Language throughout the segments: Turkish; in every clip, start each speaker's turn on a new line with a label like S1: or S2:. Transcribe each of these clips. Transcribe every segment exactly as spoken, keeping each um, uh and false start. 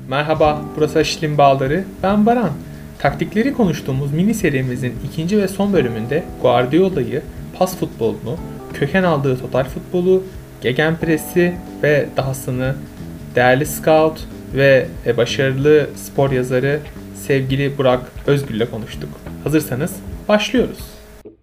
S1: Merhaba, burası Aşil'in Bağları. Ben Baran. Taktikleri konuştuğumuz mini serimizin ikinci ve son bölümünde Guardiola'yı, pas futbolunu, köken aldığı total futbolu, gegenpressi ve dahasını değerli scout ve başarılı spor yazarı sevgili Burak Özgür'le konuştuk. Hazırsanız başlıyoruz.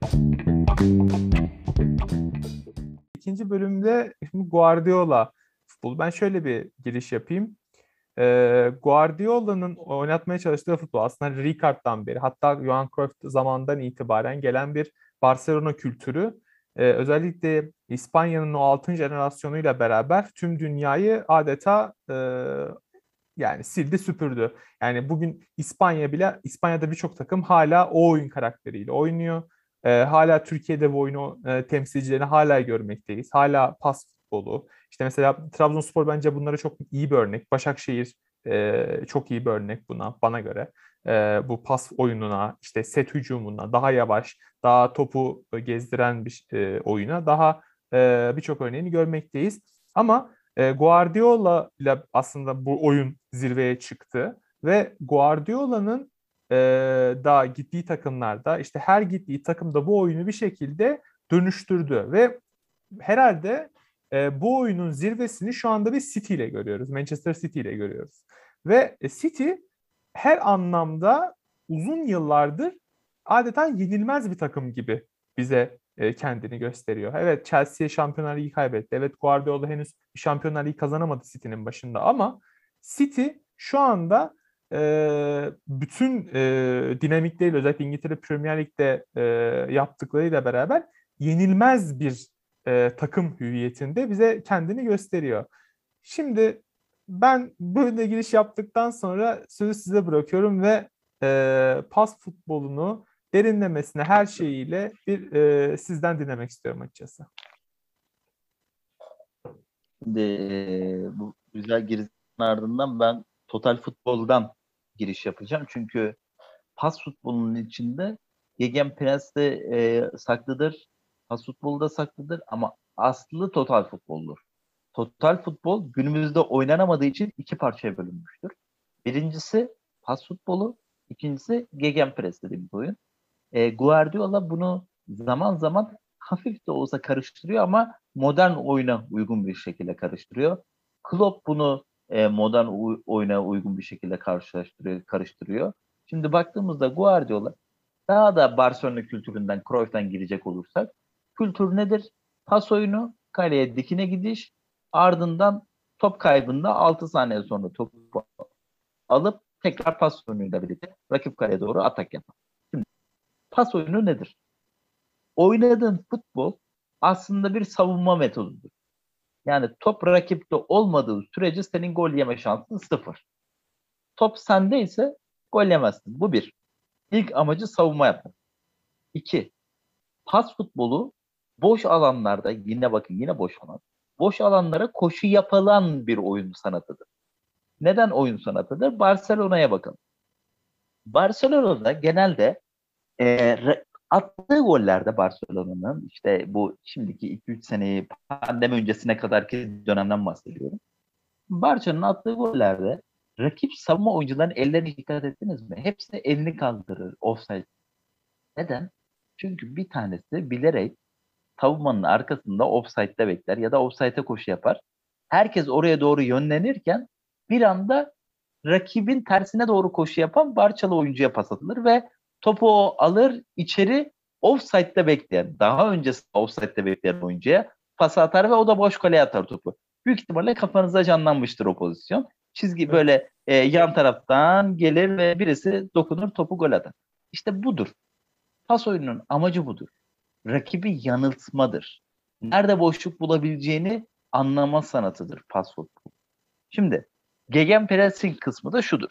S1: İkinci bölümde şimdi Guardiola futbolu. Ben şöyle bir giriş yapayım. Ee, Guardiola'nın oynatmaya çalıştığı futbol aslında Rijkaard'dan beri, hatta Johan Cruyff zamanından itibaren gelen bir Barcelona kültürü. Ee, özellikle İspanya'nın o altın jenerasyonuyla beraber tüm dünyayı adeta e, yani sildi süpürdü. Yani bugün İspanya bile, İspanya'da birçok takım hala o oyun karakteriyle oynuyor. Ee, hala Türkiye'de bu oyunu e, temsilcilerini hala görmekteyiz. Hala pas futbolu. İşte mesela Trabzonspor bence bunlara çok iyi bir örnek. Başakşehir e, çok iyi bir örnek buna, bana göre. E, bu pas oyununa, işte set hücumuna, daha yavaş, daha topu gezdiren bir e, oyuna, daha e, birçok örneğini görmekteyiz. Ama e, Guardiola ile aslında bu oyun zirveye çıktı ve Guardiola'nın e, da gittiği takımlarda, işte her gittiği takımda bu oyunu bir şekilde dönüştürdü ve herhalde e, bu oyunun zirvesini şu anda bir City ile görüyoruz. Manchester City ile görüyoruz. Ve e, City her anlamda uzun yıllardır adeta yenilmez bir takım gibi bize e, kendini gösteriyor. Evet, Chelsea Şampiyonlar Ligi kaybetti. Evet, Guardiola henüz bir Şampiyonlar Ligi kazanamadı City'nin başında ama City şu anda e, bütün e, dinamikleriyle, özellikle İngiltere Premier Lig'de e, yaptıklarıyla beraber yenilmez bir e, takım hüviyetinde bize kendini gösteriyor. Şimdi ben böyle giriş yaptıktan sonra sözü size bırakıyorum ve e, pas futbolunu derinlemesine her şeyiyle bir e, sizden dinlemek istiyorum açıkçası.
S2: Şimdi e, bu güzel girişin ardından ben total futboldan giriş yapacağım. Çünkü pas futbolunun içinde gegenpress de e, saklıdır, pas futbolu da saklıdır ama aslı total futboldur. Total futbol günümüzde oynanamadığı için iki parçaya bölünmüştür. Birincisi pas futbolu, ikincisi gegenpress dediğimiz oyun. E, Guardiola bunu zaman zaman hafif de olsa karıştırıyor ama modern oyuna uygun bir şekilde karıştırıyor. Klopp bunu e, modern u- oyuna uygun bir şekilde karşılaştırıyor, karıştırıyor. Şimdi baktığımızda Guardiola daha da Barcelona kültüründen, Cruyff'tan girecek olursak kültür nedir? Pas oyunu, kaleye dikine gidiş, ardından top kaybında altı saniye sonra topu alıp tekrar pas oyunuyla birlikte rakip kaleye doğru atak yapar. Şimdi pas oyunu nedir? Oynadığın futbol aslında bir savunma metodudur. Yani top rakipte olmadığı sürece senin gol yeme şansın sıfır. Top sende ise gol yemezsin. Bu bir. İlk amacı savunma yapmak. İki, pas futbolu boş alanlarda, yine bakın yine boş alan, boş alanlara koşu yapılan bir oyun sanatıdır. Neden oyun sanatıdır? Barcelona'ya bakın. Barcelona'da genelde e, attığı gollerde Barcelona'nın, işte bu şimdiki iki üç seneyi pandemi öncesine kadarki dönemden bahsediyorum. Barça'nın attığı gollerde rakip savunma oyuncuların ellerine dikkat ettiniz mi? Hepsi elini kaldırır offside. Neden? Çünkü bir tanesi bilerek savunmanın arkasında offside'de bekler ya da offside'e koşu yapar. Herkes oraya doğru yönlenirken bir anda rakibin tersine doğru koşu yapan Barçalı oyuncuya pas atılır ve topu o alır, içeri offside'de bekleyen, daha öncesinde offside'de bekleyen oyuncuya pas atar ve o da boş kaleye atar topu. Büyük ihtimalle kafanızda canlanmıştır o pozisyon. Çizgi evet. Böyle e, yan taraftan gelir ve birisi dokunur, topu gol atar. İşte budur. Pas oyununun amacı budur. Rakibi yanıltmadır. Nerede boşluk bulabileceğini anlama sanatıdır pas futbolu. Şimdi gegenpressing kısmı da şudur.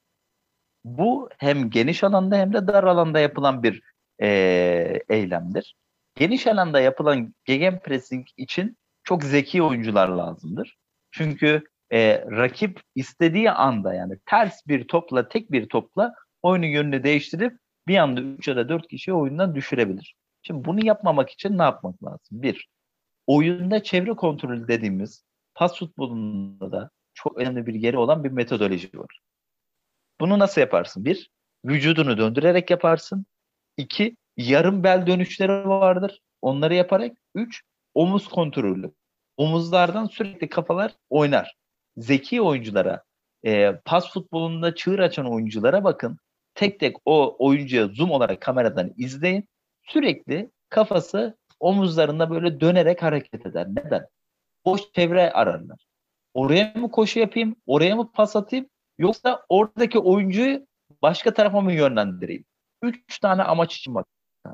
S2: Bu hem geniş alanda hem de dar alanda yapılan bir e, eylemdir. Geniş alanda yapılan gegenpressing için çok zeki oyuncular lazımdır. Çünkü e, rakip istediği anda, yani ters bir topla, tek bir topla oyunun yönünü değiştirip bir anda üç ya da dört kişiyi oyundan düşürebilir. Şimdi bunu yapmamak için ne yapmak lazım? Bir, oyunda çevre kontrolü dediğimiz pas futbolunda da çok önemli bir yeri olan bir metodoloji var. Bunu nasıl yaparsın? Bir, vücudunu döndürerek yaparsın. İki, yarım bel dönüşleri vardır. Onları yaparak. Üç, omuz kontrolü. Omuzlardan sürekli kafalar oynar. Zeki oyunculara, e, pas futbolunda çığır açan oyunculara bakın. Tek tek o oyuncuya zoom olarak kameradan izleyin. Sürekli kafası omuzlarında böyle dönerek hareket eder. Neden? Boş çevre ararlar. Oraya mı koşu yapayım, oraya mı pas atayım, yoksa oradaki oyuncuyu başka tarafa mı yönlendireyim? Üç tane amaç için bak.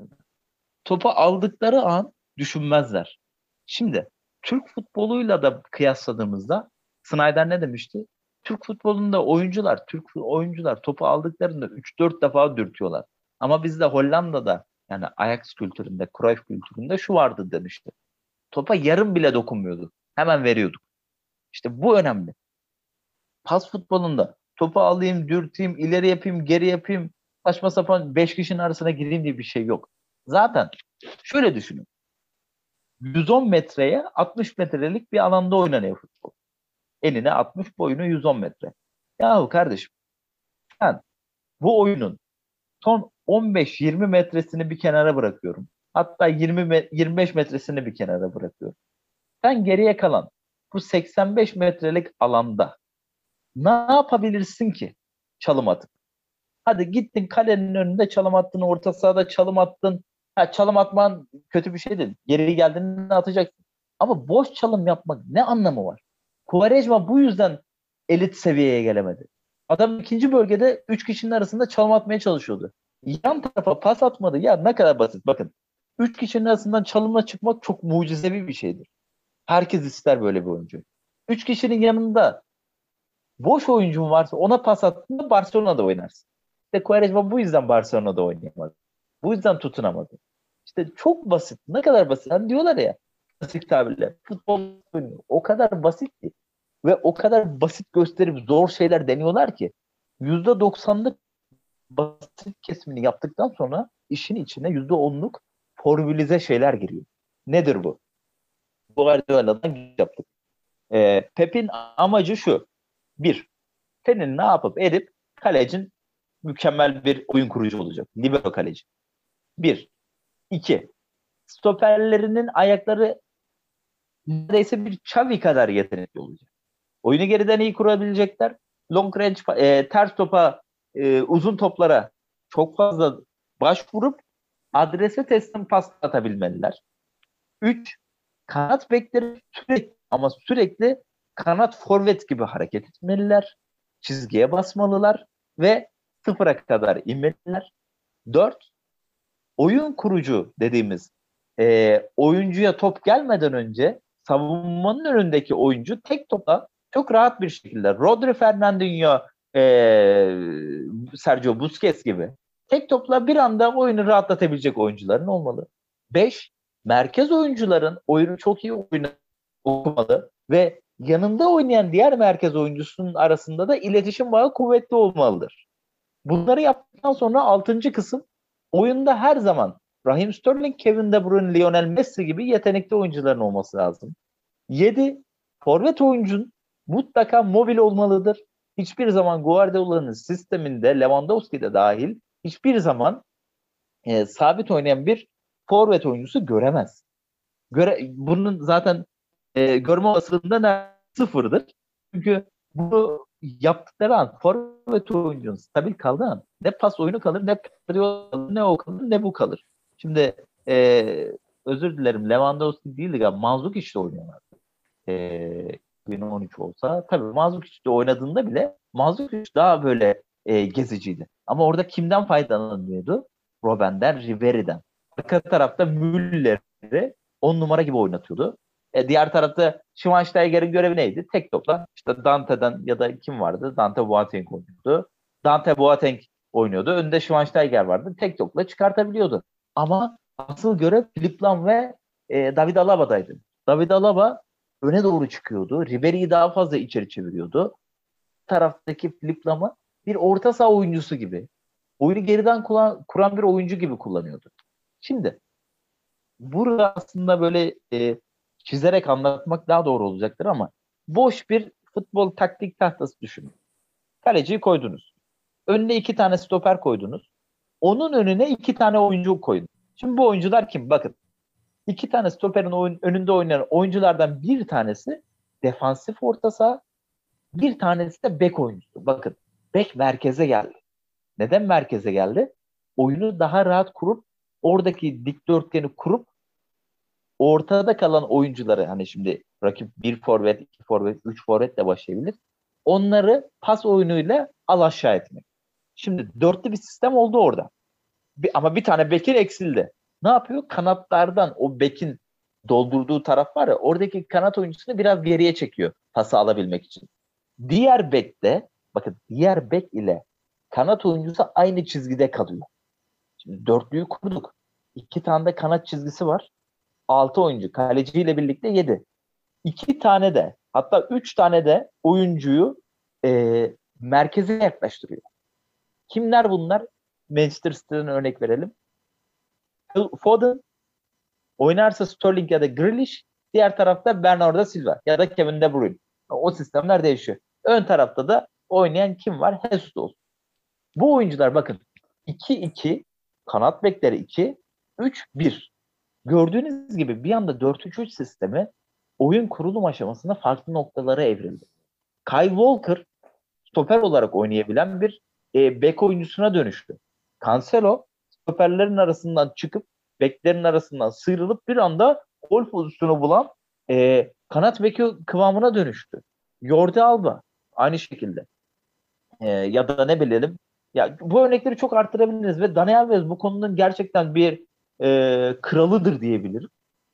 S2: Topu aldıkları an düşünmezler. Şimdi Türk futboluyla da kıyasladığımızda Snyder ne demişti? Türk futbolunda oyuncular, Türk oyuncular topu aldıklarında üç dört defa dürtüyorlar. Ama bizde Hollanda'da, yani Ajax kültüründe, Cruyff kültüründe şu vardı demişti. Topa yarım bile dokunmuyordu. Hemen veriyorduk. İşte bu önemli. Pas futbolunda topu alayım, dürteyim, ileri yapayım, geri yapayım, saçma sapan beş kişinin arasına gireyim diye bir şey yok. Zaten şöyle düşünün. yüz on metreye altmış metrelik bir alanda oynanıyor futbol. Eline altmış, boyunu yüz on metre. Yahu kardeşim, sen bu oyunun son on beş yirmi metresini bir kenara bırakıyorum. Hatta yirmi yirmi beş metresini bir kenara bırakıyorum. Sen geriye kalan bu seksen beş metrelik alanda ne yapabilirsin ki çalım atıp? Hadi gittin kalenin önünde çalım attın, orta sahada çalım attın. Ha, çalım atman kötü bir şey değil. Geri geldiğinde atacaksın. Ama boş çalım yapmak ne anlamı var? Quaresma bu yüzden elit seviyeye gelemedi. Adam ikinci bölgede üç kişinin arasında çalım atmaya çalışıyordu. Yan tarafa pas atmadı. Ya ne kadar basit bakın. Üç kişinin arasından çalımla çıkmak çok mucizevi bir şeydir. Herkes ister böyle bir oyuncu. Üç kişinin yanında boş oyuncun varsa ona pas attığında Barcelona'da oynarsın. İşte Quaresma bu yüzden Barcelona'da oynayamadı. Bu yüzden tutunamadı. İşte çok basit. Ne kadar basit. Hani diyorlar ya, basit tabirle. Futbol oyunu o kadar basit ki ve o kadar basit gösterip zor şeyler deniyorlar ki yüzde doksanlık basit kesimini yaptıktan sonra işin içine yüzde onluk formülize şeyler giriyor. Nedir bu? Guardiola'dan yaptık. Ee, Pep'in amacı şu. Bir, senin ne yapıp edip kalecin mükemmel bir oyun kurucu olacak. Libero kaleci. Bir. İki. Stoperlerinin ayakları neredeyse bir Xavi kadar yetenekli olacak. Oyunu geriden iyi kurabilecekler. Long range, e, ters topa, e, uzun toplara çok fazla başvurup adrese teslim pas atabilmeliler. Üç. Kanat bekleri sürekli ama sürekli kanat forvet gibi hareket etmeliler. Çizgiye basmalılar ve sıfıra kadar inmeliler. Dört, oyun kurucu dediğimiz e, oyuncuya top gelmeden önce savunmanın önündeki oyuncu tek topla çok rahat bir şekilde Rodri, Fernandinho, e, Sergio Busquets gibi tek topla bir anda oyunu rahatlatabilecek oyuncuların olmalı. Beş, merkez oyuncuların oyunu çok iyi oyunu okumalı ve yanında oynayan diğer merkez oyuncusunun arasında da iletişim bağı kuvvetli olmalıdır. Bunları yaptıktan sonra altıncı kısım, oyunda her zaman Raheem Sterling, Kevin De Bruyne, Lionel Messi gibi yetenekli oyuncuların olması lazım. yedi. Forvet oyuncun mutlaka mobil olmalıdır. Hiçbir zaman Guardiola'nın sisteminde, Lewandowski de dahil, hiçbir zaman e, sabit oynayan bir forvet oyuncusu göremez. Göre, bunun zaten e, görme olasılığında ne? Sıfırdır. Çünkü bunu yaptıkları an forvet oyuncunun stabil kaldığı an ne pas oyunu kalır, ne kalır, ne o kalır, ne bu kalır. Şimdi e, özür dilerim, Lewandowski değildi galiba, Mandzukic de oynuyorlar. E, iki bin on üç olsa tabii Mandzukic de oynadığında bile Mandzukic daha böyle e, geziciydi. Ama orada kimden faydalanıyordu? Robben'den, Ribery'den. Arka tarafta Müller'i on numara gibi oynatıyordu. E, diğer tarafta Schweinsteiger'in görevi neydi? Tek topla işte Dante'den ya da kim vardı? Dante Boateng oynuyordu. Dante Boateng oynuyordu. Önünde Schweinsteiger vardı. Tek topla çıkartabiliyordu. Ama asıl görev Philipp Lahm ve e, David Alaba'daydı. David Alaba öne doğru çıkıyordu. Ribery'i daha fazla içeri çeviriyordu. Taraftaki Philipp Lahm'ı bir orta saha oyuncusu gibi, oyunu geriden kuran, kuran bir oyuncu gibi kullanıyordu. Şimdi burada aslında böyle e, çizerek anlatmak daha doğru olacaktır ama boş bir futbol taktik tahtası düşünün. Kaleciyi koydunuz. Önüne iki tane stoper koydunuz. Onun önüne iki tane oyuncu koyun. Şimdi bu oyuncular kim? Bakın. İki tane stoperin oyun, önünde oynayan oyunculardan bir tanesi defansif orta saha, bir tanesi de bek oyuncusu. Bakın, bek merkeze geldi. Neden merkeze geldi? Oyunu daha rahat kurup, oradaki dikdörtgeni kurup, ortada kalan oyuncuları, hani şimdi rakip bir forvet, iki forvet, üç forvetle başlayabilir. Onları pas oyunuyla al aşağı etmek. Şimdi dörtlü bir sistem oldu orada. Bir, ama bir tane bekin eksildi. Ne yapıyor? Kanatlardan o bekin doldurduğu taraf var ya, oradaki kanat oyuncusunu biraz geriye çekiyor pası alabilmek için. Diğer bek de, bakın, diğer bek ile kanat oyuncusu aynı çizgide kalıyor. Şimdi dörtlüyü kurduk. İki tane de kanat çizgisi var. Altı oyuncu. Kaleciyle birlikte yedi. İki tane de, hatta üç tane de oyuncuyu e, merkeze yaklaştırıyor. Kimler bunlar? Manchester City'den örnek verelim. Foden, oynarsa Sterling ya da Grealish, diğer tarafta Bernardo Silva ya da Kevin De Bruyne. O sistemler değişiyor. Ön tarafta da oynayan kim var? Jesus olsun. Bu oyuncular bakın, iki iki, kanat bekleri iki, üç bir. Gördüğünüz gibi bir anda dört üç üç sistemi oyun kurulum aşamasında farklı noktalara evrildi. Kyle Walker stoper olarak oynayabilen bir e, bek oyuncusuna dönüştü. Cancelo stoperlerin arasından çıkıp beklerin arasından sıyrılıp bir anda gol pozisyonu bulan e, kanat beki kıvamına dönüştü. Jordi Alba aynı şekilde. E, ya da ne bilelim. Ya bu örnekleri çok arttırabiliriz ve Dani Alves bu konunun gerçekten bir e, kralıdır diyebilirim.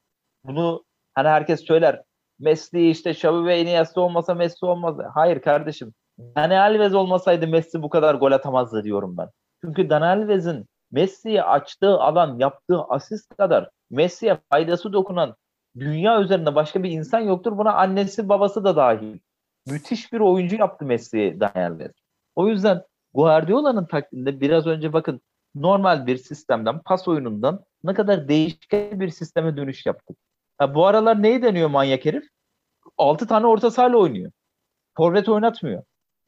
S2: Bunu hani herkes söyler. Messi işte Xavi ve Iniesta olmasa Messi olmaz. Hayır kardeşim. Dani Alves olmasaydı Messi bu kadar gol atamazdı diyorum ben. Çünkü Dani Alves'in Messi'ye açtığı alan, yaptığı asist kadar Messi'ye faydası dokunan dünya üzerinde başka bir insan yoktur. Buna annesi babası da dahil. Müthiş bir oyuncu yaptı Messi'ye Dani Alves. O yüzden Guardiola'nın taktiğinde biraz önce bakın, normal bir sistemden, pas oyunundan ne kadar değişken bir sisteme dönüş yaptık. Ha, bu aralar neyi deniyor manyak herif? altı tane orta sahayla oynuyor. Forvet oynatmıyor.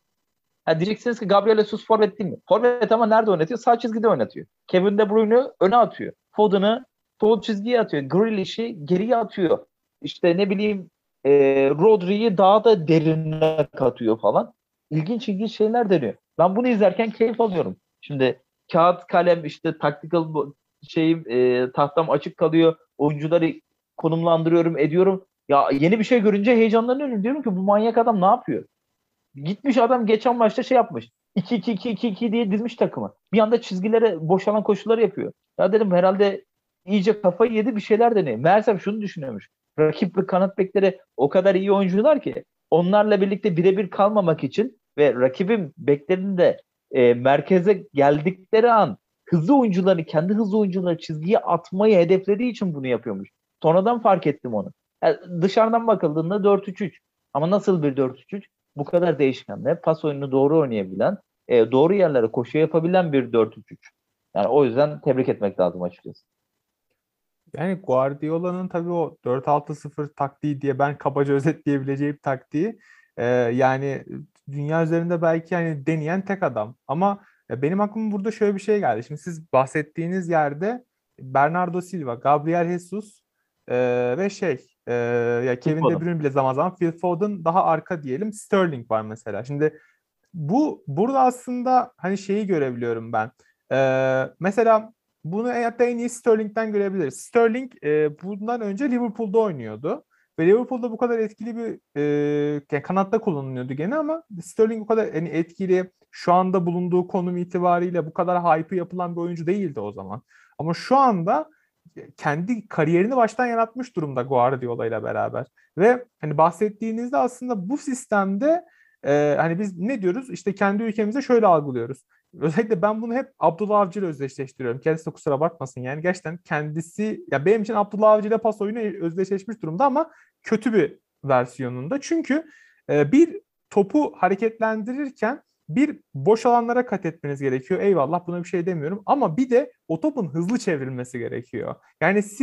S2: Ha, diyeceksiniz ki Gabriel Jesus forvet değil mi? Forvet ama nerede oynatıyor? Sağ çizgide oynatıyor. Kevin De Bruyne'ü öne atıyor. Foden'ı sol çizgiye atıyor. Grealish'i geriye atıyor. İşte ne bileyim e, Rodri'yi daha da derine katıyor falan. İlginç ilginç şeyler deniyor. Ben bunu izlerken keyif alıyorum. Şimdi kağıt kalem işte tactical şeyim e, tahtam açık kalıyor. Oyuncuları konumlandırıyorum, ediyorum. Ya yeni bir şey görünce heyecanlanıyorum. Diyorum ki bu manyak adam ne yapıyor? Gitmiş adam geçen maçta şey yapmış. iki iki iki iki iki diye dizmiş takımı. Bir anda çizgilere boşalan koşuları yapıyor. Ya dedim herhalde iyice kafayı yedi, bir şeyler deniyor. Meğersem şunu düşünüyormuş. Rakip kanat bekleri o kadar iyi oyuncular ki onlarla birlikte birebir kalmamak için ve rakibin beklerinin de e, merkeze geldikleri an hızlı oyuncuları, kendi hızlı oyuncuları çizgiye atmayı hedeflediği için bunu yapıyormuş. Sonradan fark ettim onu. Yani dışarıdan bakıldığında dört üç üç. Ama nasıl bir dört üç üç? Bu kadar değişkenle pas oyununu doğru oynayabilen, e, doğru yerlere koşu yapabilen bir dört üç üç. Yani o yüzden tebrik etmek lazım açıkçası.
S1: Yani Guardiola'nın tabii o dört altı sıfır taktiği diye ben kabaca özetleyebileceğim taktiği e, yani dünya üzerinde belki hani deneyen tek adam. Ama e, benim aklıma burada şöyle bir şey geldi. Şimdi siz bahsettiğiniz yerde Bernardo Silva, Gabriel Jesus e, ve şey e, ya Kevin De
S2: Futbolun.
S1: Bruyne bile zaman zaman, Phil Foden daha arka diyelim, Sterling var mesela. Şimdi bu burada aslında hani şeyi görebiliyorum ben. Ee, mesela bunu hatta en iyi Sterling'den görebiliriz. Sterling e, bundan önce Liverpool'da oynuyordu. Ve Liverpool'da bu kadar etkili bir e, yani kanatta kullanılıyordu gene, ama Sterling bu kadar yani etkili, şu anda bulunduğu konum itibariyle bu kadar hype'ı yapılan bir oyuncu değildi o zaman. Ama şu anda kendi kariyerini baştan yaratmış durumda Guardiola ile beraber. Ve hani bahsettiğinizde aslında bu sistemde ee, hani biz ne diyoruz? İşte kendi ülkemizde şöyle algılıyoruz. Özellikle ben bunu hep Abdullah Avcı ile özdeşleştiriyorum. Kendisi de kusura bakmasın yani. Gerçekten kendisi, ya benim için Abdullah Avcı ile pas oyunu özdeşleşmiş durumda, ama kötü bir versiyonunda. Çünkü e, bir topu hareketlendirirken bir boş alanlara kat etmeniz gerekiyor. Eyvallah, buna bir şey demiyorum. Ama bir de o topun hızlı çevrilmesi gerekiyor. Yani siz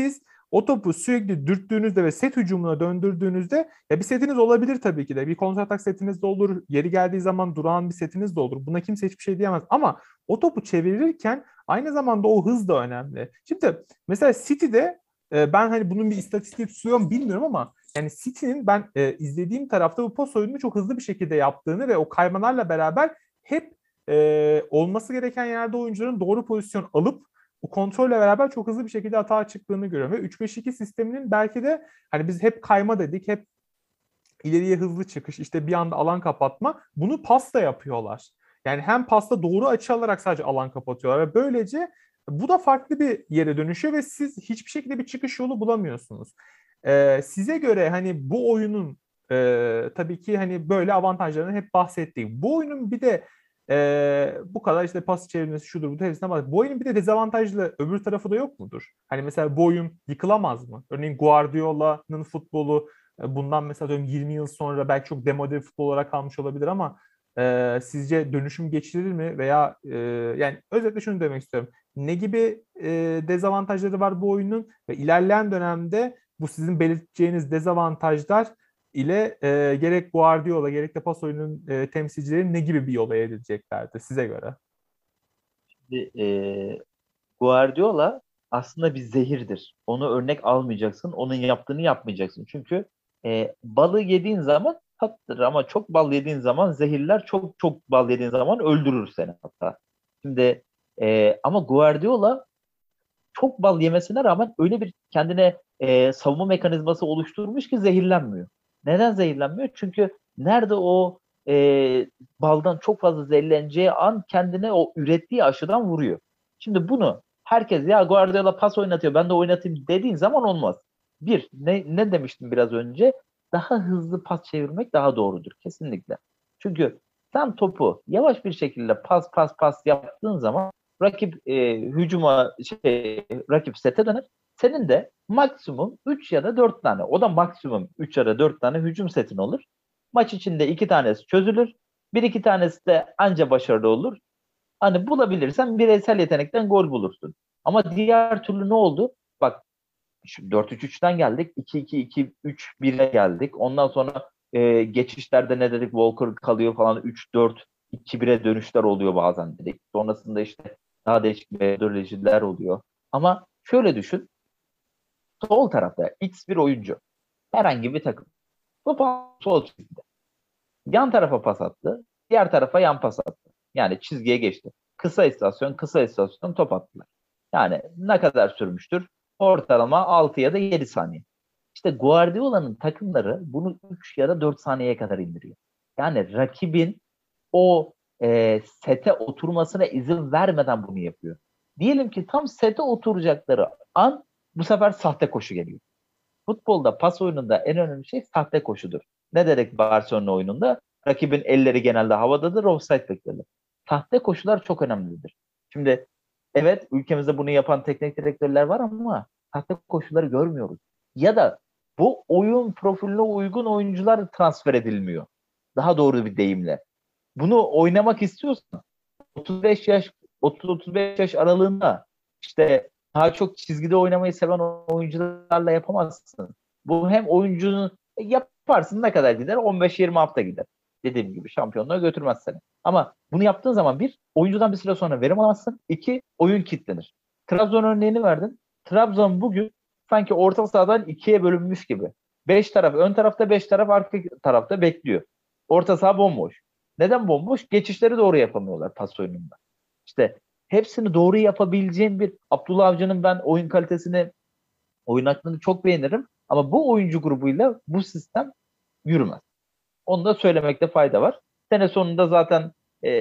S1: o topu sürekli dürttüğünüzde ve set hücumuna döndürdüğünüzde ya bir setiniz olabilir tabii ki de. Bir kontratak setiniz de olur. Yeri geldiği zaman durağan bir setiniz de olur. Buna kimse hiçbir şey diyemez. Ama o topu çevirirken aynı zamanda o hız da önemli. Şimdi mesela City'de e, ben hani bunun bir istatistiği tutuyor mu bilmiyorum ama yani City'nin ben e, izlediğim tarafta bu pas oyununu çok hızlı bir şekilde yaptığını ve o kaymalarla beraber hep e, olması gereken yerde oyuncuların doğru pozisyon alıp bu kontrolle beraber çok hızlı bir şekilde hata çıktığını görüyorum. Ve üç beş iki sisteminin belki de hani biz hep kayma dedik, hep ileriye hızlı çıkış, işte bir anda alan kapatma. Bunu pasta yapıyorlar. Yani hem pasta doğru açı alarak sadece alan kapatıyorlar ve böylece bu da farklı bir yere dönüşüyor ve siz hiçbir şekilde bir çıkış yolu bulamıyorsunuz. Ee, size göre hani bu oyunun e, tabii ki hani böyle avantajlarını hep bahsettik. Bu oyunun bir de e, bu kadar işte pas çevirmesi şudur bu da hepsine bahsettik. Bu oyunun bir de dezavantajlı öbür tarafı da yok mudur? Hani mesela bu oyun yıkılamaz mı? Örneğin Guardiola'nın futbolu bundan mesela diyorum yirmi yıl sonra belki çok demode bir futbol olarak kalmış olabilir ama e, sizce dönüşüm geçirilir mi? Veya e, yani özetle şunu demek istiyorum. Ne gibi e, dezavantajları var bu oyunun ve ilerleyen dönemde bu sizin belirteceğiniz dezavantajlar ile e, gerek Guardiola gerek de pas oyunun e, temsilcileri ne gibi bir yola evrileceklerdi size göre?
S2: Şimdi, e, Guardiola aslında bir zehirdir. Onu örnek almayacaksın. Onun yaptığını yapmayacaksın. Çünkü e, balı yediğin zaman tatlıdır ama çok bal yediğin zaman zehirler, çok çok bal yediğin zaman öldürür seni hatta. Şimdi e, ama Guardiola çok bal yemesine rağmen öyle bir kendine e, savunma mekanizması oluşturmuş ki zehirlenmiyor. Neden zehirlenmiyor? Çünkü nerede o e, baldan çok fazla zehirleneceği an kendine o ürettiği aşıdan vuruyor. Şimdi bunu herkes ya Guardiola pas oynatıyor ben de oynatayım dediğin zaman olmaz. Bir, ne, ne demiştim biraz önce? Daha hızlı pas çevirmek daha doğrudur kesinlikle. Çünkü sen topu yavaş bir şekilde pas pas pas yaptığın zaman rakip e, hücuma şey, rakip sete döner. Senin de maksimum üç ya da dört tane, o da maksimum üç ya da dört tane hücum setin olur. Maç içinde iki tanesi çözülür. Bir iki tanesi de anca başarılı olur. Hani bulabilirsen bireysel yetenekten gol bulursun. Ama diğer türlü ne oldu? Bak dört üç üçten geldik. iki iki iki üç bire geldik. Ondan sonra e, geçişlerde ne dedik? Walker kalıyor falan. üç dört iki bire dönüşler oluyor bazen dedik. Sonrasında işte daha değişik metodolojiler oluyor. Ama şöyle düşün. Sol tarafta X bir oyuncu. Herhangi bir takım. Topu sol çizgide. Yan tarafa pas attı. Diğer tarafa yan pas attı. Yani çizgiye geçti. Kısa istasyon, kısa istasyon top attılar. Yani ne kadar sürmüştür? Ortalama altı ya da yedi saniye. İşte Guardiola'nın takımları bunu üç ya da dört saniyeye kadar indiriyor. Yani rakibin o e, sete oturmasına izin vermeden bunu yapıyor. Diyelim ki tam sete oturacakları an bu sefer sahte koşu geliyor. Futbolda pas oyununda en önemli şey sahte koşudur. Ne dedik Barcelona oyununda? Rakibin elleri genelde havadadır, offside beklenir. Sahte koşular çok önemlidir. Şimdi evet ülkemizde bunu yapan teknik direktörler var ama sahte koşuları görmüyoruz. Ya da bu oyun profiline uygun oyuncular transfer edilmiyor. Daha doğru bir deyimle. Bunu oynamak istiyorsan otuz beş yaş otuz otuz beş yaş aralığında işte daha çok çizgide oynamayı seven oyuncularla yapamazsın. Bu hem oyuncunun yaparsın ne kadar gider? on beş yirmi hafta gider. Dediğim gibi şampiyonluğa götürmez seni. Ama bunu yaptığın zaman bir, oyuncudan bir süre sonra verim alamazsın. İki, oyun kilitlenir. Trabzon örneğini verdin. Trabzon bugün sanki orta sahadan ikiye bölünmüş gibi. Beş taraf ön tarafta, beş taraf arka tarafta bekliyor. Orta saha bomboş. Neden bomboş? Geçişleri doğru yapamıyorlar pas oyununda. İşte hepsini doğru yapabileceğim bir Abdullah Avcı'nın ben oyun kalitesini, oyun aklını çok beğenirim. Ama bu oyuncu grubuyla bu sistem yürümez. Onu da söylemekte fayda var. Sene sonunda zaten e,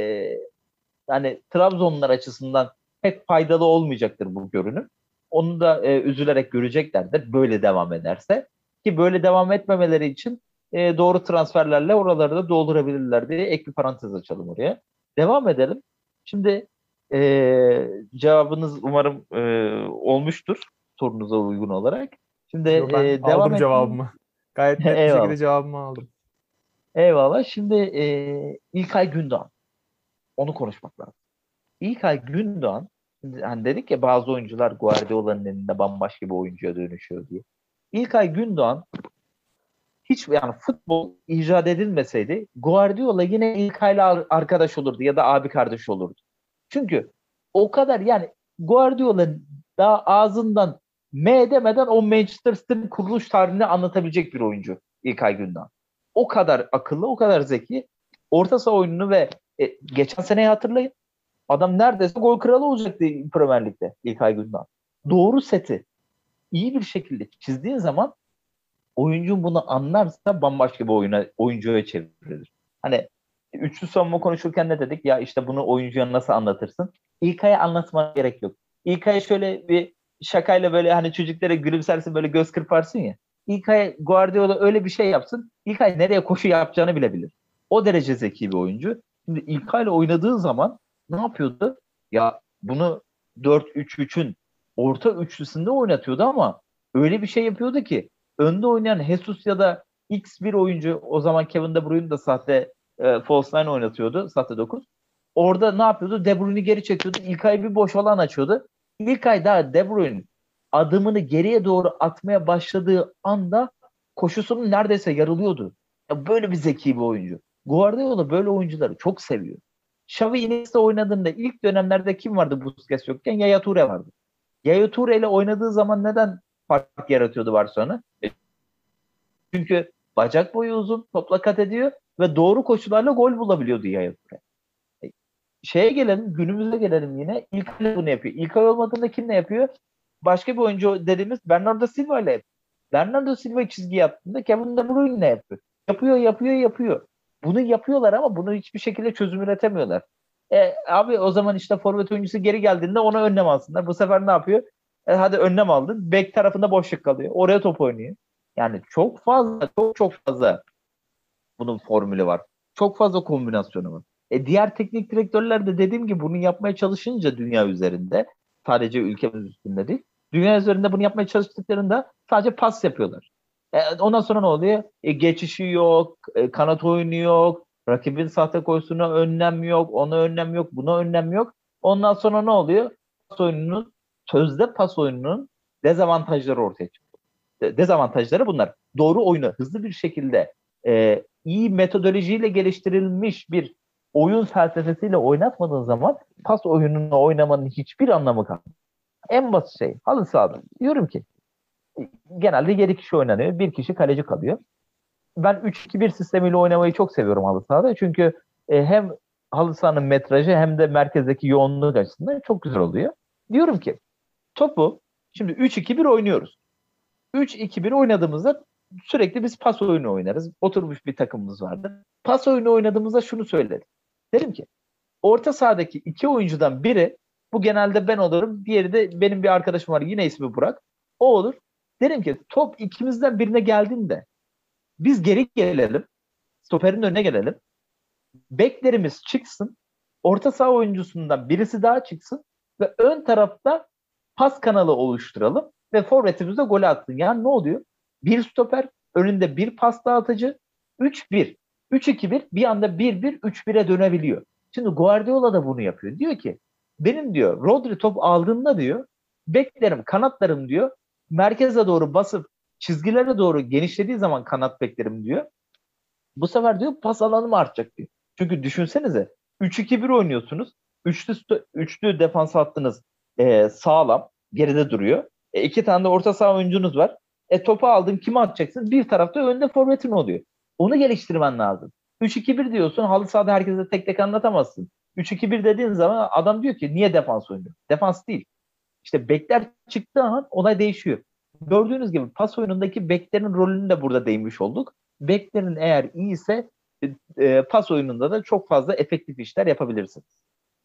S2: yani Trabzonlar açısından pek faydalı olmayacaktır bu görünüm. Onu da e, üzülerek göreceklerdir böyle devam ederse. Ki böyle devam etmemeleri için e, doğru transferlerle oraları da doldurabilirler diye ek bir parantez açalım oraya. Devam edelim. Şimdi e, cevabınız umarım e, olmuştur sorunuza uygun olarak. Şimdi
S1: Yo, ben
S2: e, devam
S1: aldım
S2: edelim.
S1: cevabımı. Gayet net bir şekilde
S2: Eyvallah.
S1: cevabımı aldım.
S2: Eyvallah. Şimdi e, İlkay Gündoğan. Onu konuşmak lazım. İlkay Gündoğan Hani dedik ya bazı oyuncular Guardiola'nın elinde bambaşka bir oyuncuya dönüşüyor diye. İlkay Gündoğan hiç yani futbol icat edilmeseydi Guardiola yine İlkay'la arkadaş olurdu ya da abi kardeş olurdu. Çünkü o kadar yani Guardiola daha ağzından M demeden o Manchester City'nin kuruluş tarihini anlatabilecek bir oyuncu İlkay Gündoğan. O kadar akıllı, o kadar zeki. Orta saha oyununu ve e, geçen seneyi hatırlayın. Adam neredeyse gol kralı olacaktı Premier Lig'de İlkay Gündoğan. Doğru seti iyi bir şekilde çizdiğin zaman oyuncu bunu anlarsa bambaşka bir oyuna, oyuncuya çevrilir. Hani üçlü savunma konuşurken ne dedik? Ya işte bunu oyuncuya nasıl anlatırsın? İlkay'a anlatmana gerek yok. İlkay'a şöyle bir şakayla böyle hani çocuklara gülümsersin böyle göz kırparsın ya. İlkay Guardiola öyle bir şey yapsın. İlkay nereye koşu yapacağını bilebilir. O derece zeki bir oyuncu. Şimdi İlkay'la oynadığı zaman ne yapıyordu? Ya bunu dört üç üçün orta üçlüsünde oynatıyordu ama öyle bir şey yapıyordu ki önde oynayan Jesus ya da X bir oyuncu o zaman Kevin De Bruyne da sahte e, false nine oynatıyordu. Sahte dokuz. Orada ne yapıyordu? De Bruyne'i geri çekiyordu. İlkay bir boş alan açıyordu. İlkay daha De Bruyne adımını geriye doğru atmaya başladığı anda koşusunun neredeyse yarılıyordu. Ya böyle bir zeki bir oyuncu. Guardiola böyle oyuncuları çok seviyor. Xavi Iniesta oynadığında ilk dönemlerde kim vardı Busquets yokken? Yaya Toure vardı. Yaya Toure ile oynadığı zaman neden fark yaratıyordu Barcelona? E, çünkü bacak boyu uzun, topla kat ediyor ve doğru koşularla gol bulabiliyordu Yaya Toure. E, şeye gelelim, günümüze gelelim yine. İlkay bunu yapıyor. İlkay olmadığında kim ne yapıyor? Başka bir oyuncu dediğimiz Bernardo Silva ile yapıyor. Bernardo Silva çizgi yaptığında Kevin De Bruyne ne yapıyor? Yapıyor, yapıyor, yapıyor. Bunu yapıyorlar ama bunu hiçbir şekilde çözüm üretemiyorlar. E, abi o zaman işte forvet oyuncusu geri geldiğinde ona önlem alsınlar. Bu sefer ne yapıyor? E, hadi önlem aldın. Bek tarafında boşluk kalıyor. Oraya top oynuyor. Yani çok fazla, çok çok fazla bunun formülü var. Çok fazla kombinasyonu var. E, diğer teknik direktörler de dediğim gibi bunu yapmaya çalışınca dünya üzerinde sadece ülkemiz üstünde değil. Dünya üzerinde bunu yapmaya çalıştıklarında sadece pas yapıyorlar. E, ondan sonra ne oluyor? E, geçişi yok, e, kanat oyunu yok, rakibin sahte koşusuna önlem yok, ona önlem yok, buna önlem yok. Ondan sonra ne oluyor? Pas oyununun, sözde pas oyununun dezavantajları ortaya çıkıyor. De- dezavantajları bunlar. Doğru oyunu hızlı bir şekilde e, iyi metodolojiyle geliştirilmiş bir oyun felsefesiyle oynatmadığın zaman pas oyununu oynamanın hiçbir anlamı kalmıyor. En basit şey halı sahada. Diyorum ki genelde yedi kişi oynanıyor. Bir kişi kaleci kalıyor. Ben üç iki bir sistemiyle oynamayı çok seviyorum halı sahada. Çünkü e, hem halı sahanın metrajı hem de merkezdeki yoğunluk açısından çok güzel oluyor. Diyorum ki topu şimdi üç iki bir oynuyoruz. üç iki bir oynadığımızda sürekli biz pas oyunu oynarız. Oturmuş bir takımımız vardır. Pas oyunu oynadığımızda şunu söyledim. Derim ki orta sahadaki iki oyuncudan biri bu genelde ben olurum. Diğeri de benim bir arkadaşım var. Yine ismi Burak. O olur. Derim ki top ikimizden birine geldiğinde biz geri gelelim. Stoperin önüne gelelim. Beklerimiz çıksın. Orta saha oyuncusundan birisi daha çıksın ve ön tarafta pas kanalı oluşturalım ve forvetimiz de gol atsın. Yani ne oluyor? Bir stoper, önünde bir pas dağıtıcı, üç bir. üç iki bir bir anda bir bir üç bire dönebiliyor. Şimdi Guardiola da bunu yapıyor. Diyor ki benim diyor Rodri top aldığında diyor beklerim, kanatlarım diyor merkeze doğru basıp çizgilere doğru genişlediği zaman kanat beklerim diyor. Bu sefer diyor pas alanım artacak diyor. Çünkü düşünsenize üç iki bir oynuyorsunuz. Üçlü, üçlü defans hattınız e, sağlam. Geride duruyor. E, iki tane de orta saha oyuncunuz var. E, topu aldın kime atacaksın? Bir tarafta önde forvetin oluyor. Onu geliştirmen lazım. üç iki bir diyorsun. Halı sahada herkese tek tek anlatamazsın. üç iki bir dediğin zaman adam diyor ki niye defans oynuyor? Defans değil. İşte bekler çıktığı an olay değişiyor. Gördüğünüz gibi pas oyunundaki beklerin rolünü de burada değinmiş olduk. Beklerin eğer iyiyse e, pas oyununda da çok fazla efektif işler yapabilirsiniz.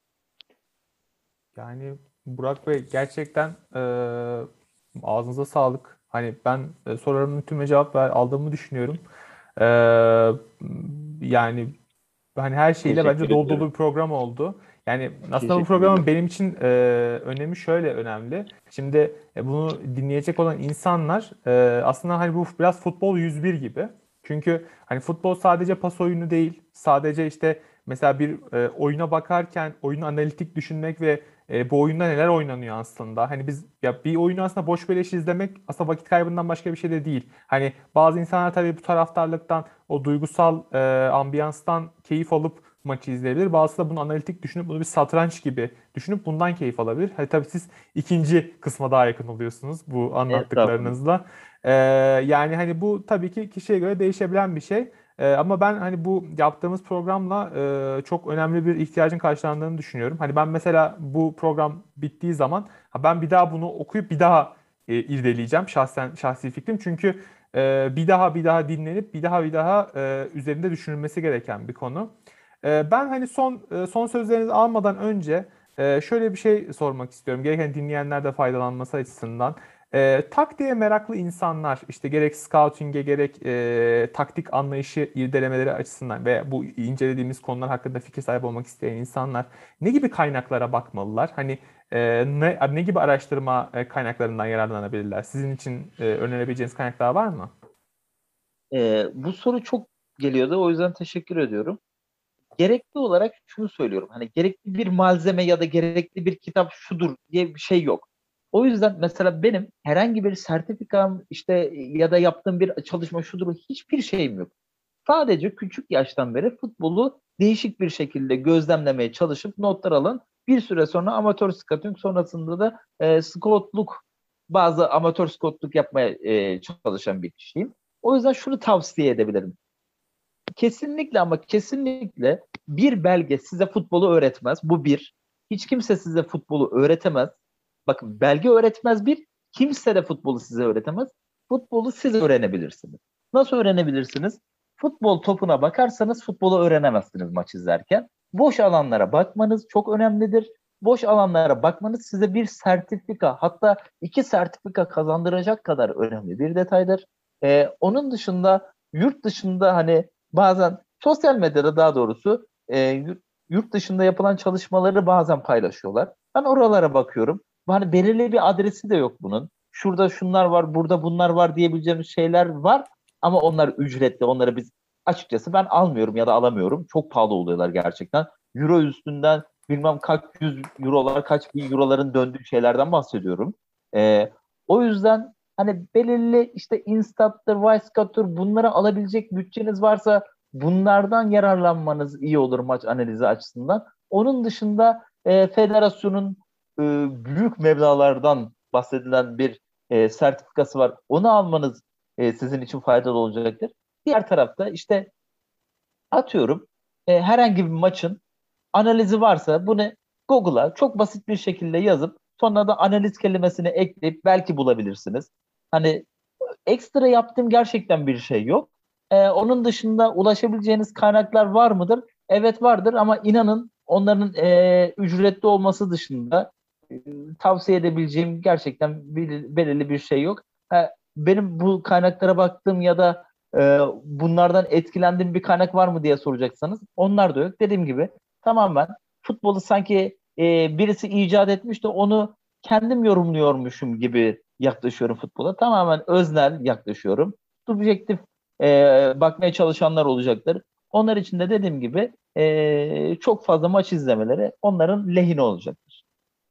S1: Yani Burak Bey gerçekten e, ağzınıza sağlık. Hani ben e, sorularımın tümüne cevap ver, aldığımı düşünüyorum. E, yani hani her şeyle bence
S2: Teşekkür
S1: dolu dolu
S2: ediyorum.
S1: bir program oldu. Yani aslında bu
S2: Teşekkür
S1: programın
S2: ediyorum.
S1: benim için e, önemi şöyle önemli. Şimdi e, bunu dinleyecek olan insanlar e, aslında hani bu biraz futbol yüz bir gibi. Çünkü hani futbol sadece pas oyunu değil. Sadece işte mesela bir e, oyuna bakarken oyunu analitik düşünmek ve e, bu oyunda neler oynanıyor aslında. Hani biz ya bir oyunu aslında boş beleş izlemek aslında vakit kaybından başka bir şey de değil. Hani bazı insanlar tabii bu taraftarlıktan, o duygusal e, ambiyanstan keyif alıp maçı izleyebilir. Bazısı da bunu analitik düşünüp bunu bir satranç gibi düşünüp bundan keyif alabilir. Hani tabii siz ikinci kısma daha yakın oluyorsunuz bu
S2: Estağfurullah.
S1: anlattıklarınızla. Ee, Yani hani bu tabii ki kişiye göre değişebilen bir şey. Ee, ama ben hani bu yaptığımız programla e, çok önemli bir ihtiyacın karşılandığını düşünüyorum. Hani ben mesela bu program bittiği zaman ha, ben bir daha bunu okuyup bir daha e, irdeleyeceğim şahsen şahsi fikrim. Çünkü e, bir daha bir daha dinlenip bir daha bir daha e, üzerinde düşünülmesi gereken bir konu. E, ben hani son e, son sözlerinizi almadan önce e, şöyle bir şey sormak istiyorum. Gereken dinleyenler de faydalanması açısından. E, taktiğe meraklı insanlar işte gerek scouting'e gerek e, taktik anlayışı irdelemeleri açısından ve bu incelediğimiz konular hakkında fikir sahibi olmak isteyen insanlar ne gibi kaynaklara bakmalılar? Hani e, ne, ne gibi araştırma e, kaynaklarından yararlanabilirler? Sizin için e, önerebileceğiniz kaynaklar var mı?
S2: Ee, bu soru çok geliyordu. O yüzden teşekkür ediyorum. Gerekli olarak şunu söylüyorum. Hani gerekli bir malzeme ya da gerekli bir kitap şudur diye bir şey yok. O yüzden mesela benim herhangi bir sertifikam işte ya da yaptığım bir çalışma şudur hiçbir şeyim yok. Sadece küçük yaştan beri futbolu değişik bir şekilde gözlemlemeye çalışıp notlar alın. Bir süre sonra amatör scouting sonrasında da e, scoutluk bazı amatör scoutluk yapmaya e, çalışan bir kişiyim. O yüzden şunu tavsiye edebilirim. Kesinlikle ama kesinlikle bir belge size futbolu öğretmez. Bu bir. Hiç kimse size futbolu öğretemez. Bakın belge öğretmez bir. Kimse de futbolu size öğretemez. Futbolu siz öğrenebilirsiniz. Nasıl öğrenebilirsiniz? Futbol topuna bakarsanız futbolu öğrenemezsiniz maç izlerken. Boş alanlara bakmanız çok önemlidir. Boş alanlara bakmanız size bir sertifika hatta iki sertifika kazandıracak kadar önemli bir detaydır. Ee, onun dışında yurt dışında hani bazen sosyal medyada daha doğrusu e, yurt dışında yapılan çalışmaları bazen paylaşıyorlar. Ben oralara bakıyorum. Hani belirli bir adresi de yok bunun. Şurada şunlar var, burada bunlar var diyebileceğimiz şeyler var. Ama onlar ücretli. Onları biz açıkçası ben almıyorum ya da alamıyorum. Çok pahalı oluyorlar gerçekten. Euro üstünden bilmem kaç yüz eurolar, kaç bin euroların döndüğü şeylerden bahsediyorum. Ee, O yüzden hani belirli işte Insta'dır, Wisecout'tur bunları alabilecek bütçeniz varsa bunlardan yararlanmanız iyi olur maç analizi açısından. Onun dışında e, federasyonun e, büyük meblağlardan bahsedilen bir e, sertifikası var. Onu almanız e, sizin için faydalı olacaktır. Diğer tarafta işte atıyorum e, herhangi bir maçın analizi varsa bunu Google'a çok basit bir şekilde yazıp sonra da analiz kelimesini ekleyip belki bulabilirsiniz. Hani ekstra yaptığım gerçekten bir şey yok. Ee, onun dışında ulaşabileceğiniz kaynaklar var mıdır? Evet vardır ama inanın onların e, ücretli olması dışında e, tavsiye edebileceğim gerçekten bir, belirli bir şey yok. Ha, benim bu kaynaklara baktığım ya da e, bunlardan etkilendiğim bir kaynak var mı diye soracaksanız onlar da yok. Dediğim gibi tamamen futbolu sanki e, birisi icat etmiş de onu kendim yorumluyormuşum gibi yaklaşıyorum futbola. Tamamen öznel yaklaşıyorum. Subjektif e, bakmaya çalışanlar olacaktır. Onlar için de dediğim gibi e, çok fazla maç izlemeleri onların lehine olacaktır.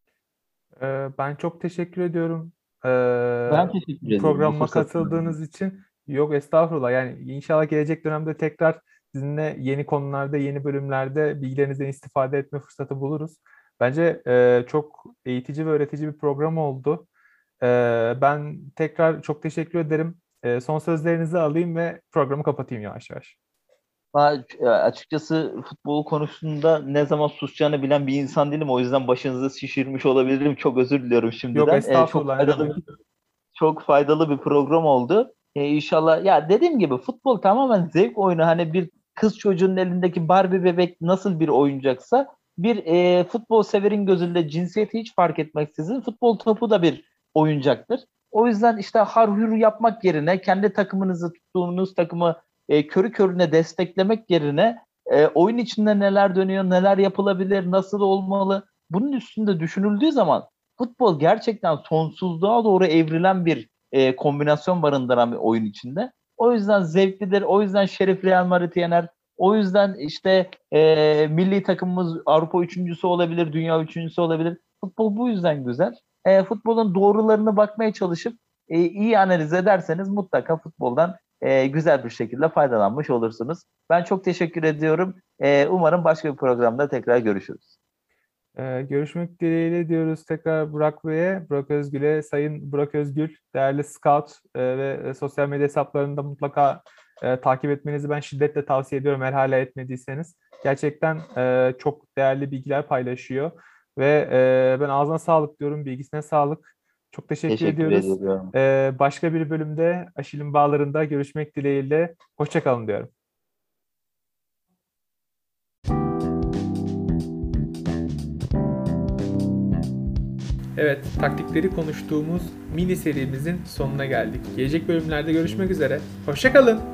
S1: Ee, Ben çok teşekkür ediyorum.
S2: Ben
S1: Ee,
S2: teşekkür
S1: bu
S2: ediyorum bu
S1: programıma
S2: fırsattan dolayı.
S1: katıldığınız için. Yok estağfurullah. Yani inşallah gelecek dönemde tekrar sizinle yeni konularda, yeni bölümlerde bilgilerinizden istifade etme fırsatı buluruz. Bence e, çok eğitici ve öğretici bir program oldu. Ee, ben tekrar çok teşekkür ederim. Ee, son sözlerinizi alayım ve programı kapatayım yavaş yavaş.
S2: Ben e, açıkçası futbol konusunda ne zaman susacağını bilen bir insan değilim. O yüzden başınızı şişirmiş olabilirim. Çok özür diliyorum
S1: Yok
S2: şimdiden. E, çok
S1: estağfurullah ne
S2: faydalı
S1: demek.
S2: bir çok faydalı bir program oldu. E, inşallah ya dediğim gibi futbol tamamen zevk oyunu. Hani bir kız çocuğunun elindeki Barbie bebek nasıl bir oyuncaksa bir e, futbol severin gözünde cinsiyeti hiç fark etmeksizin futbol topu da bir oyuncaktır. O yüzden işte harhur yapmak yerine kendi takımınızı tuttuğunuz takımı e, körü körüne desteklemek yerine e, oyun içinde neler dönüyor, neler yapılabilir, nasıl olmalı bunun üstünde düşünüldüğü zaman futbol gerçekten sonsuzluğa doğru evrilen bir e, kombinasyon barındıran bir oyun içinde. O yüzden zevklidir. O yüzden Şerif Real Madrid'i yener. O yüzden işte e, milli takımımız Avrupa üçüncüsü olabilir, dünya üçüncüsü olabilir. Futbol bu yüzden güzel. E, futbolun doğrularını bakmaya çalışıp e, iyi analiz ederseniz mutlaka futboldan e, güzel bir şekilde faydalanmış olursunuz. Ben çok teşekkür ediyorum. E, umarım başka bir programda tekrar görüşürüz.
S1: Ee, görüşmek dileğiyle diyoruz tekrar Burak Bey'e, Burak Özgül'e. Sayın Burak Özgül, değerli scout e, ve e, sosyal medya hesaplarında mutlaka e, takip etmenizi ben şiddetle tavsiye ediyorum eğer hala etmediyseniz. Gerçekten e, çok değerli bilgiler paylaşıyor ve e, ben ağzına sağlık diyorum, bilgisine sağlık. Çok teşekkür
S2: Teşekkür
S1: ediyoruz.
S2: ediyorum.
S1: E, başka bir bölümde Aşil'in Bağlarında görüşmek dileğiyle. Hoşça kalın diyorum. Evet, taktikleri konuştuğumuz mini serimizin sonuna geldik. Gelecek bölümlerde görüşmek üzere. Hoşça kalın.